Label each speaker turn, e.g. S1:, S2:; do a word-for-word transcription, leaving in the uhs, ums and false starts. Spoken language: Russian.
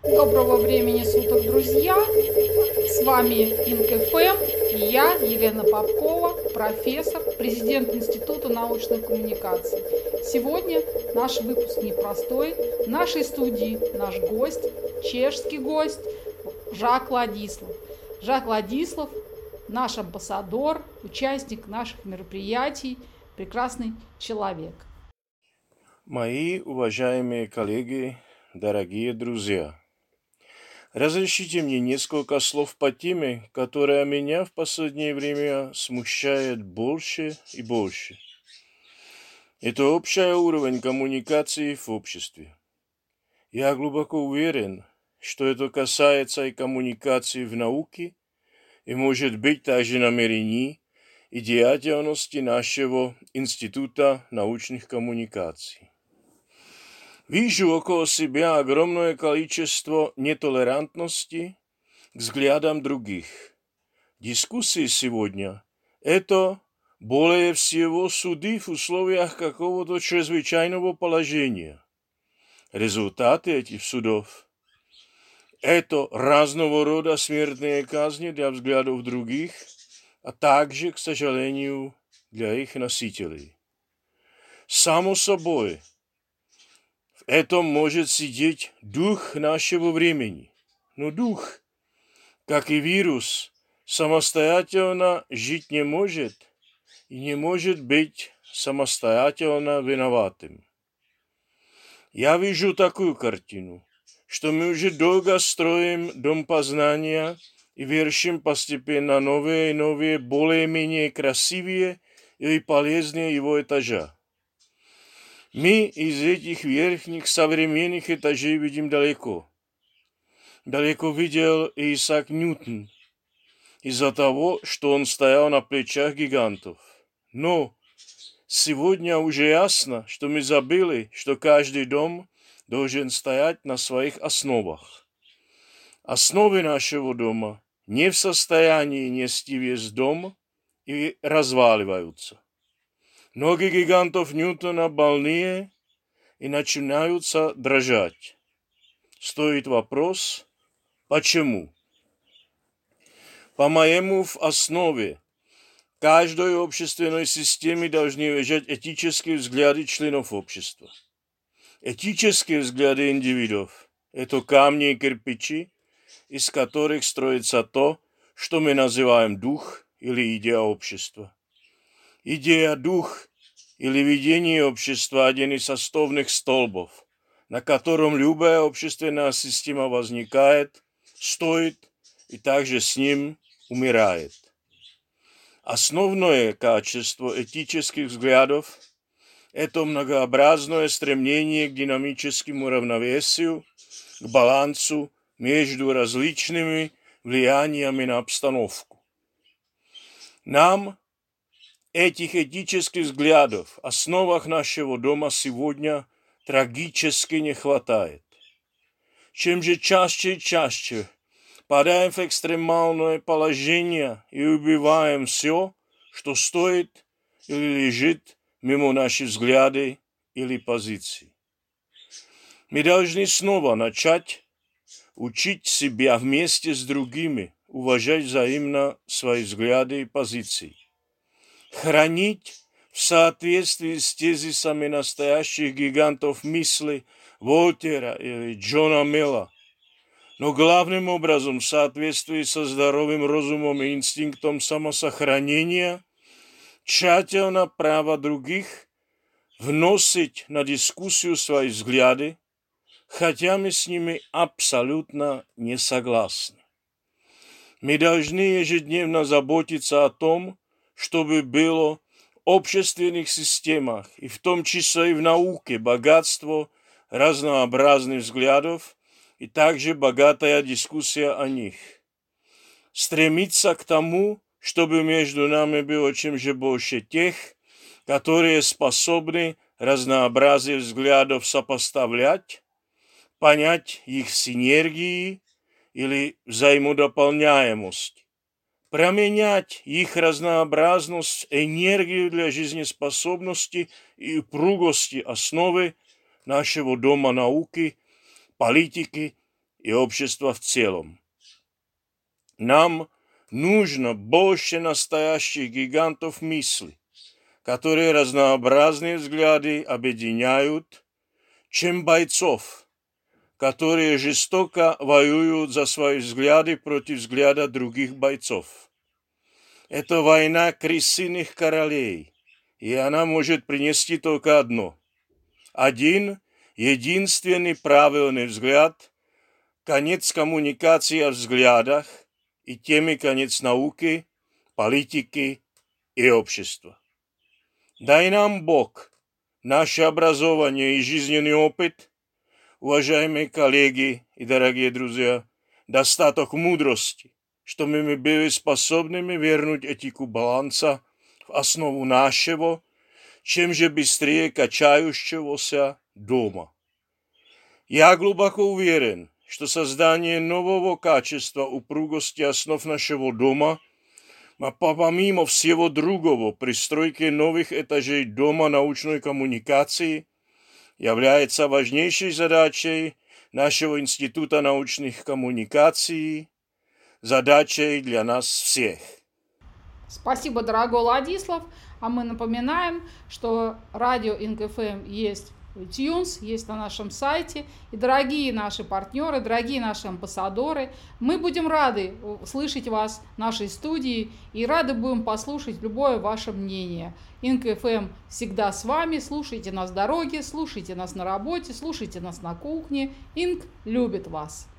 S1: Доброго времени суток, друзья! С вами ИнКФМ и я, Елена Попкова, профессор, президент Института научных коммуникаций. Сегодня наш выпуск непростой. В нашей студии наш гость, чешский гость Жак Ладислав. Жак Ладислав – наш амбассадор, участник наших мероприятий, прекрасный человек.
S2: Мои уважаемые коллеги, дорогие друзья, разрешите мне несколько слов по теме, которая меня в последнее время смущает больше и больше. Это общий уровень коммуникации в обществе. Я глубоко уверен, что это касается и коммуникации в науке, и может быть также намерений и деятельности нашего Института научных коммуникаций. Вижу около себя огромное количество нетолерантности к взглядам других. Дискуссии сегодня – это более всего суды в условиях какого-то чрезвычайного положения. Результаты этих судов – это разного рода смертные казни для взглядов других, а также, к сожалению, для их носителей. Само собой, в этом может сидеть дух нашего времени. Но дух, как и вирус, самостоятельно жить не может и не может быть самостоятельно виноватым. Я вижу такую картину, что мы уже долго строим дом познания и вершим постепенно новые и новые, более-менее красивые или полезные его этажа. Мы из этих верхних современных этажей видим далеко. Далеко видел и Исаак Ньютон из-за того, что он стоял на плечах гигантов. Но сегодня уже ясно, что мы забыли, что каждый дом должен стоять на своих основах. Основы нашего дома не в состоянии нести весь дом и разваливаются. Ноги гигантов Ньютона больные и начинаются дрожать. Стоит вопрос, почему? По-моему, в основе каждой общественной системы должны лежать этические взгляды членов общества. Этические взгляды индивидов – это камни и кирпичи, из которых строится то, что мы называем дух или идея общества. Идея дух или видение общества – один из основных столбов, на котором любая общественная система возникает, стоит и также с ним умирает. Основное качество этических взглядов – это многообразное стремление к динамическому равновесию, к балансу между различными влияниями на обстановку. Нам этих этических взглядов в основах нашего дома сегодня трагически не хватает. Чем же чаще и чаще падаем в экстремальное положение и убиваем все, что стоит или лежит мимо наших взглядов или позиций. Мы должны снова начать учить себя вместе с другими уважать взаимно свои взгляды и позиции. Хранить в соответствии с тезисами настоящих гигантов мысли Вольтера или Джона Милла, но главным образом в соответствии со здоровым разумом и инстинктом самосохранения, тщательно право других вносить на дискуссию свои взгляды, хотя мы с ними абсолютно не согласны. Мы должны ежедневно заботиться о том, чтобы было в общественных системах, и в том числе и в науке, богатство разнообразных взглядов и также богатая дискуссия о них. Стремиться к тому, чтобы между нами было чем же больше тех, которые способны разнообразие взглядов сопоставлять, понять их синергии или взаимодополняемость, променять их разнообразность, энергию для жизнеспособности и упругости основы нашего дома науки, политики и общества в целом. Нам нужно больше настоящих гигантов мысли, которые разнообразные взгляды объединяют, чем бойцов, которые жестоко воюют за свои взгляды против взгляда других бойцов. Это война крысиных королей, и она может принести только одно. Один, единственный правильный взгляд, конец коммуникации о взглядах и теме конец науки, политики и общества. Дай нам Бог, наше образование и жизненный опыт, уважаемые коллеги и дорогие друзья, достаток мудрости, чтобы мы были способными вернуть этику баланса в основу нашего, чем же быстрее качающегося дома. Я глубоко уверен, что создание нового качества упругости основ нашего дома, а помимо всего другого, пристройки новых этажей дома научной коммуникации является важнейшей задачей нашего Института научных коммуникаций, задачей для нас всех.
S1: Спасибо, дорогой Владислав. А мы напоминаем, что радио ИнкФМ есть в iTunes, есть на нашем сайте. И, дорогие наши партнеры, дорогие наши амбассадоры, мы будем рады слышать вас в нашей студии и рады будем послушать любое ваше мнение. ИнкФМ всегда с вами. Слушайте нас в дороге, слушайте нас на работе, слушайте нас на кухне. Инк любит вас.